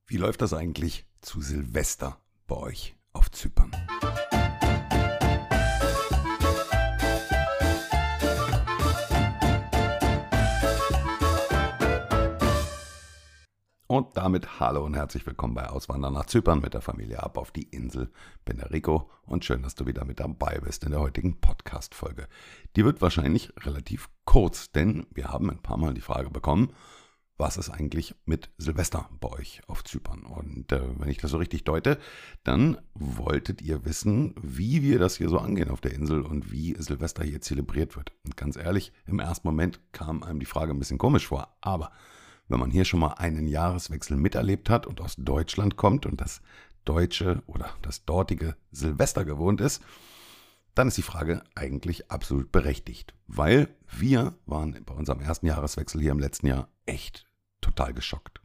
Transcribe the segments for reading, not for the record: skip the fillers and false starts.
Wie läuft das eigentlich zu Silvester bei euch auf Zypern? Und damit hallo und herzlich willkommen bei Auswandern nach Zypern mit der Familie ab auf die Insel. Bin der Rico und schön, dass du wieder mit dabei bist in der heutigen Podcast-Folge. Die wird wahrscheinlich relativ kurz, denn wir haben ein paar Mal die Frage bekommen, was ist eigentlich mit Silvester bei euch auf Zypern? Und wenn ich das so richtig deute, dann wolltet ihr wissen, wie wir das hier so angehen auf der Insel und wie Silvester hier zelebriert wird. Und ganz ehrlich, im ersten Moment kam einem die Frage ein bisschen komisch vor, aber wenn man hier schon mal einen Jahreswechsel miterlebt hat und aus Deutschland kommt und das deutsche oder das dortige Silvester gewohnt ist, dann ist die Frage eigentlich absolut berechtigt. Weil wir waren bei unserem ersten Jahreswechsel hier im letzten Jahr echt total geschockt.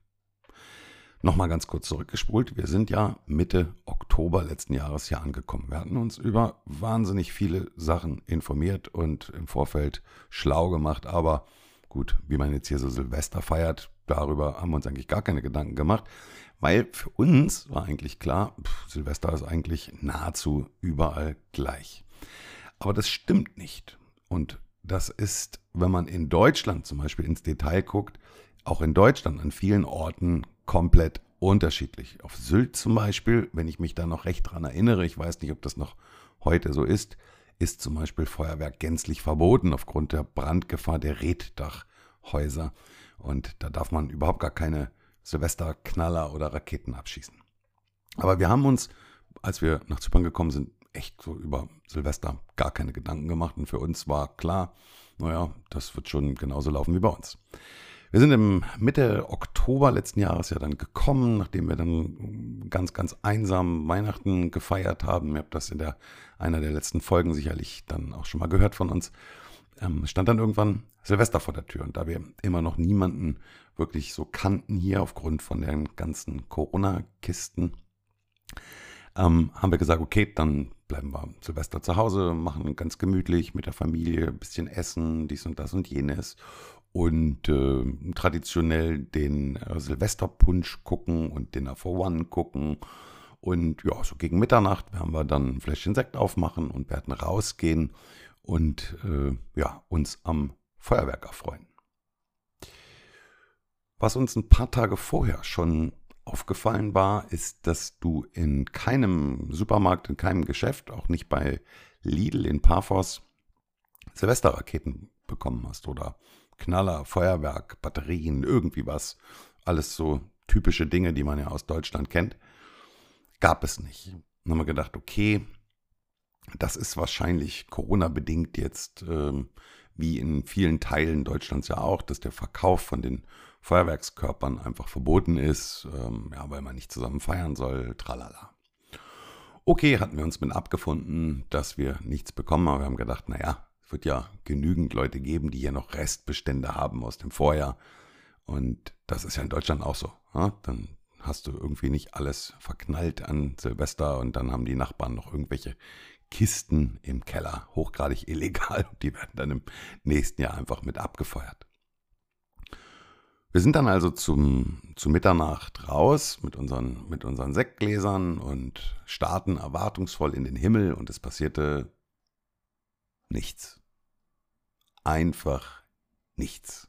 Nochmal ganz kurz zurückgespult. Wir sind ja Mitte Oktober letzten Jahres hier angekommen. Wir hatten uns über wahnsinnig viele Sachen informiert und im Vorfeld schlau gemacht, aber gut, wie man jetzt hier so Silvester feiert, darüber haben wir uns eigentlich gar keine Gedanken gemacht, weil für uns war eigentlich klar, Silvester ist eigentlich nahezu überall gleich. Aber das stimmt nicht. Und das ist, wenn man in Deutschland zum Beispiel ins Detail guckt, auch in Deutschland an vielen Orten komplett unterschiedlich. Auf Sylt zum Beispiel, wenn ich mich da noch recht dran erinnere, ich weiß nicht, ob das noch heute so ist zum Beispiel Feuerwerk gänzlich verboten aufgrund der Brandgefahr der Reetdachhäuser. Und da darf man überhaupt gar keine Silvesterknaller oder Raketen abschießen. Aber wir haben uns, als wir nach Zypern gekommen sind, echt so über Silvester gar keine Gedanken gemacht. Und für uns war klar, naja, das wird schon genauso laufen wie bei uns. Wir sind im Mitte Oktober letzten Jahres ja dann gekommen, nachdem wir dann ganz, ganz einsam Weihnachten gefeiert haben. Ihr habt das in einer der letzten Folgen sicherlich dann auch schon mal gehört von uns. Stand dann irgendwann Silvester vor der Tür. Und da wir immer noch niemanden wirklich so kannten hier aufgrund von den ganzen Corona-Kisten, haben wir gesagt, okay, dann bleiben wir Silvester zu Hause, machen ganz gemütlich mit der Familie, ein bisschen essen, dies und das und jenes. Und traditionell den Silvesterpunsch gucken und Dinner for One gucken. Und ja, so gegen Mitternacht werden wir dann ein Fläschchen Sekt aufmachen und werden rausgehen und uns am Feuerwerk erfreuen. Was uns ein paar Tage vorher schon aufgefallen war, ist, dass du in keinem Supermarkt, in keinem Geschäft, auch nicht bei Lidl in Paphos, Silvesterraketen bekommen hast oder Knaller, Feuerwerk, Batterien, irgendwie was. Alles so typische Dinge, die man ja aus Deutschland kennt. Gab es nicht. Dann haben wir gedacht, okay, das ist wahrscheinlich Corona-bedingt jetzt, wie in vielen Teilen Deutschlands ja auch, dass der Verkauf von den Feuerwerkskörpern einfach verboten ist, weil man nicht zusammen feiern soll, tralala. Okay, hatten wir uns mit abgefunden, dass wir nichts bekommen, aber wir haben gedacht, naja, es wird ja genügend Leute geben, die hier noch Restbestände haben aus dem Vorjahr. Und das ist ja in Deutschland auch so. Ja? Dann hast du irgendwie nicht alles verknallt an Silvester und dann haben die Nachbarn noch irgendwelche Kisten im Keller, hochgradig illegal. Und die werden dann im nächsten Jahr einfach mit abgefeuert. Wir sind dann also zu Mitternacht raus mit unseren Sektgläsern und starten erwartungsvoll in den Himmel und es passierte nichts. Einfach nichts.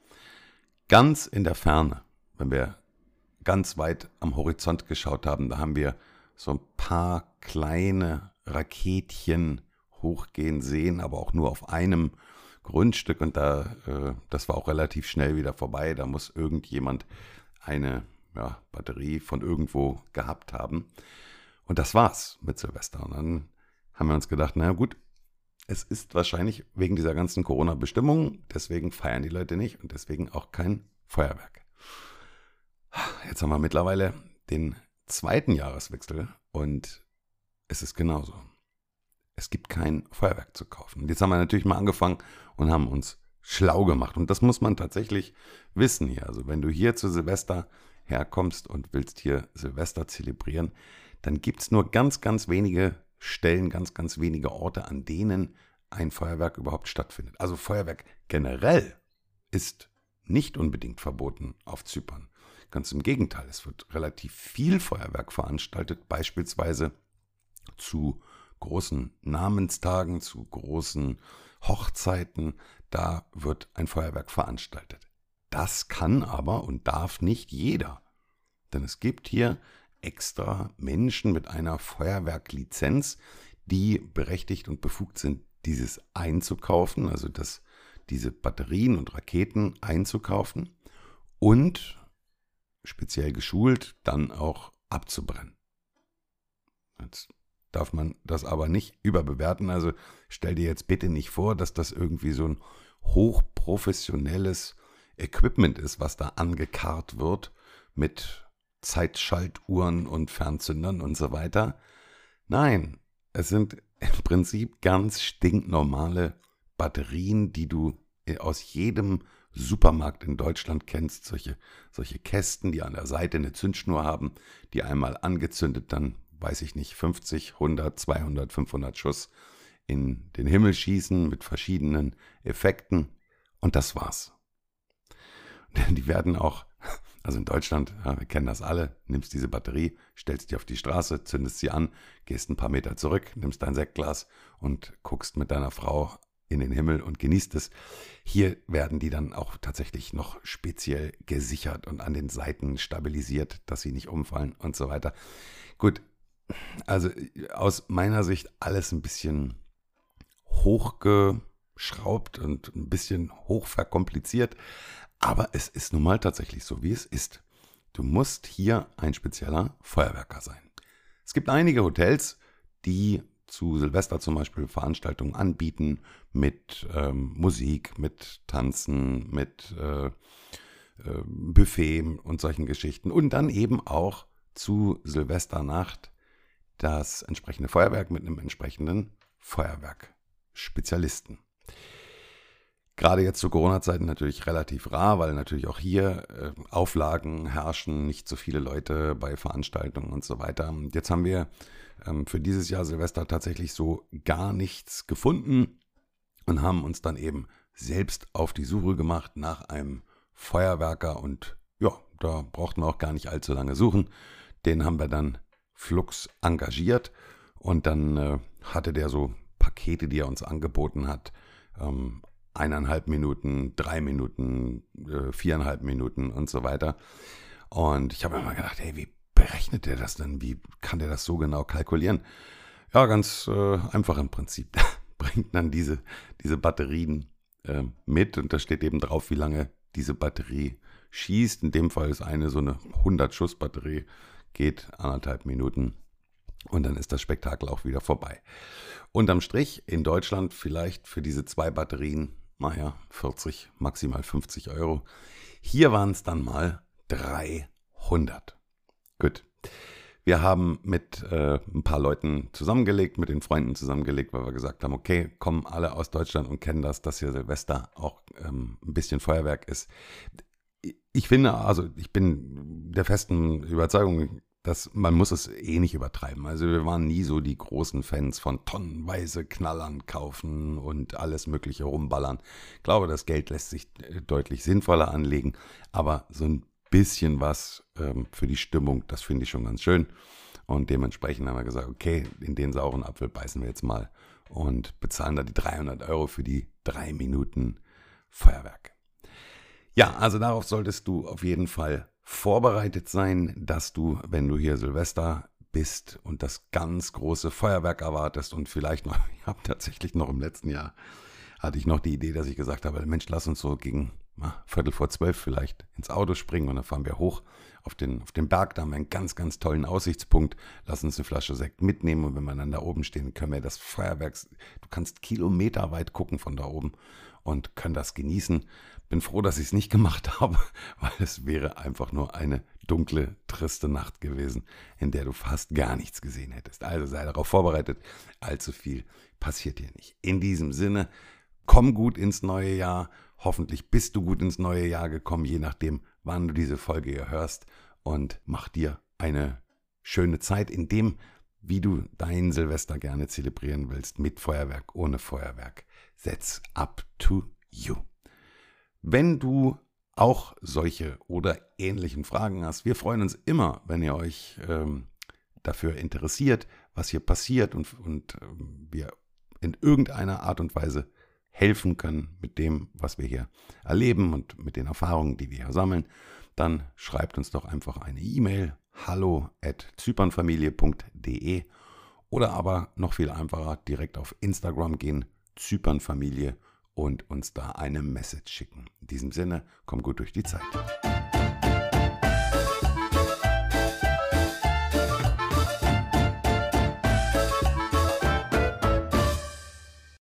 Ganz in der Ferne, wenn wir ganz weit am Horizont geschaut haben, da haben wir so ein paar kleine Raketchen hochgehen sehen, aber auch nur auf einem Grundstück und das war auch relativ schnell wieder vorbei. Da muss irgendjemand eine Batterie von irgendwo gehabt haben. Und das war's mit Silvester. Und dann haben wir uns gedacht, naja gut, es ist wahrscheinlich wegen dieser ganzen Corona-Bestimmungen, deswegen feiern die Leute nicht und deswegen auch kein Feuerwerk. Jetzt haben wir mittlerweile den zweiten Jahreswechsel und es ist genauso. Es gibt kein Feuerwerk zu kaufen. Und jetzt haben wir natürlich mal angefangen und haben uns schlau gemacht. Und das muss man tatsächlich wissen hier. Also wenn du hier zu Silvester herkommst und willst hier Silvester zelebrieren, dann gibt es nur ganz, ganz wenige Stellen, ganz, ganz wenige Orte, an denen ein Feuerwerk überhaupt stattfindet. Also Feuerwerk generell ist nicht unbedingt verboten auf Zypern. Ganz im Gegenteil, es wird relativ viel Feuerwerk veranstaltet, beispielsweise zu großen Namenstagen, zu großen Hochzeiten, da wird ein Feuerwerk veranstaltet. Das kann aber und darf nicht jeder, denn es gibt hier extra Menschen mit einer Feuerwerklizenz, die berechtigt und befugt sind, dieses einzukaufen, also diese Batterien und Raketen einzukaufen und speziell geschult dann auch abzubrennen. Jetzt darf man das aber nicht überbewerten. Also stell dir jetzt bitte nicht vor, dass das irgendwie so ein hochprofessionelles Equipment ist, was da angekarrt wird mit Zeitschaltuhren und Fernzündern und so weiter. Nein, es sind im Prinzip ganz stinknormale Batterien, die du aus jedem Supermarkt in Deutschland kennst. Solche Kästen, die an der Seite eine Zündschnur haben, die einmal angezündet dann, weiß ich nicht, 50, 100, 200, 500 Schuss in den Himmel schießen mit verschiedenen Effekten. Und das war's. Die werden auch, also in Deutschland, ja, wir kennen das alle, nimmst diese Batterie, stellst die auf die Straße, zündest sie an, gehst ein paar Meter zurück, nimmst dein Sektglas und guckst mit deiner Frau in den Himmel und genießt es. Hier werden die dann auch tatsächlich noch speziell gesichert und an den Seiten stabilisiert, dass sie nicht umfallen und so weiter. Gut, also aus meiner Sicht alles ein bisschen hochgeschraubt und ein bisschen hochverkompliziert, aber es ist nun mal tatsächlich so, wie es ist. Du musst hier ein spezieller Feuerwerker sein. Es gibt einige Hotels, die zu Silvester zum Beispiel Veranstaltungen anbieten mit Musik, mit Tanzen, mit Buffet und solchen Geschichten. Und dann eben auch zu Silvesternacht das entsprechende Feuerwerk mit einem entsprechenden Feuerwerkspezialisten. Gerade jetzt zu Corona-Zeiten natürlich relativ rar, weil natürlich auch hier Auflagen herrschen, nicht so viele Leute bei Veranstaltungen und so weiter. Und jetzt haben wir für dieses Jahr Silvester tatsächlich so gar nichts gefunden und haben uns dann eben selbst auf die Suche gemacht nach einem Feuerwerker und ja, da brauchten wir auch gar nicht allzu lange suchen. Den haben wir dann flugs engagiert und dann hatte der so Pakete, die er uns angeboten hat, 1,5 Minuten, 3 Minuten, 4,5 Minuten und so weiter. Und ich habe mir mal gedacht, hey, wie berechnet der das denn? Wie kann der das so genau kalkulieren? Ja, ganz einfach im Prinzip. Bringt dann diese Batterien mit und da steht eben drauf, wie lange diese Batterie schießt. In dem Fall ist eine so eine 100-Schuss-Batterie, geht 1,5 Minuten und dann ist das Spektakel auch wieder vorbei. Unterm Strich in Deutschland vielleicht für diese 2 Batterien, 40, maximal 50 Euro. Hier waren es dann mal 300. Gut. Wir haben mit ein paar Leuten zusammengelegt, mit den Freunden zusammengelegt, weil wir gesagt haben, okay, kommen alle aus Deutschland und kennen das, dass hier Silvester auch ein bisschen Feuerwerk ist. Ich finde, also ich bin der festen Überzeugung, dass man muss es eh nicht übertreiben. Also wir waren nie so die großen Fans von tonnenweise Knallern kaufen und alles mögliche rumballern. Ich glaube, das Geld lässt sich deutlich sinnvoller anlegen, aber so ein bisschen was für die Stimmung, das finde ich schon ganz schön. Und dementsprechend haben wir gesagt, okay, in den sauren Apfel beißen wir jetzt mal und bezahlen da die 300 Euro für die 3 Minuten Feuerwerk. Ja, also darauf solltest du auf jeden Fall vorbereitet sein, dass du, wenn du hier Silvester bist und das ganz große Feuerwerk erwartest und vielleicht noch, ich habe tatsächlich noch im letzten Jahr, hatte ich noch die Idee, dass ich gesagt habe, Mensch, lass uns so gegen 11:45 vielleicht ins Auto springen und dann fahren wir hoch auf den Berg, da haben wir einen ganz, ganz tollen Aussichtspunkt, lass uns eine Flasche Sekt mitnehmen und wenn wir dann da oben stehen, können wir das Feuerwerk, du kannst kilometerweit gucken von da oben und können das genießen. Bin froh, dass ich es nicht gemacht habe, weil es wäre einfach nur eine dunkle, triste Nacht gewesen, in der du fast gar nichts gesehen hättest. Also sei darauf vorbereitet, allzu viel passiert hier nicht. In diesem Sinne, komm gut ins neue Jahr. Hoffentlich bist du gut ins neue Jahr gekommen, je nachdem, wann du diese Folge hier hörst. Und mach dir eine schöne Zeit in dem, wie du dein Silvester gerne zelebrieren willst, mit Feuerwerk, ohne Feuerwerk. That's up to you. Wenn du auch solche oder ähnlichen Fragen hast. Wir freuen uns immer, wenn ihr euch dafür interessiert, was hier passiert und wir in irgendeiner Art und Weise helfen können mit dem, was wir hier erleben und mit den Erfahrungen, die wir hier sammeln, dann schreibt uns doch einfach eine E-Mail, hallo@zypernfamilie.de oder aber noch viel einfacher direkt auf Instagram gehen, Zypernfamilie, und uns da eine Message schicken. In diesem Sinne, komm gut durch die Zeit.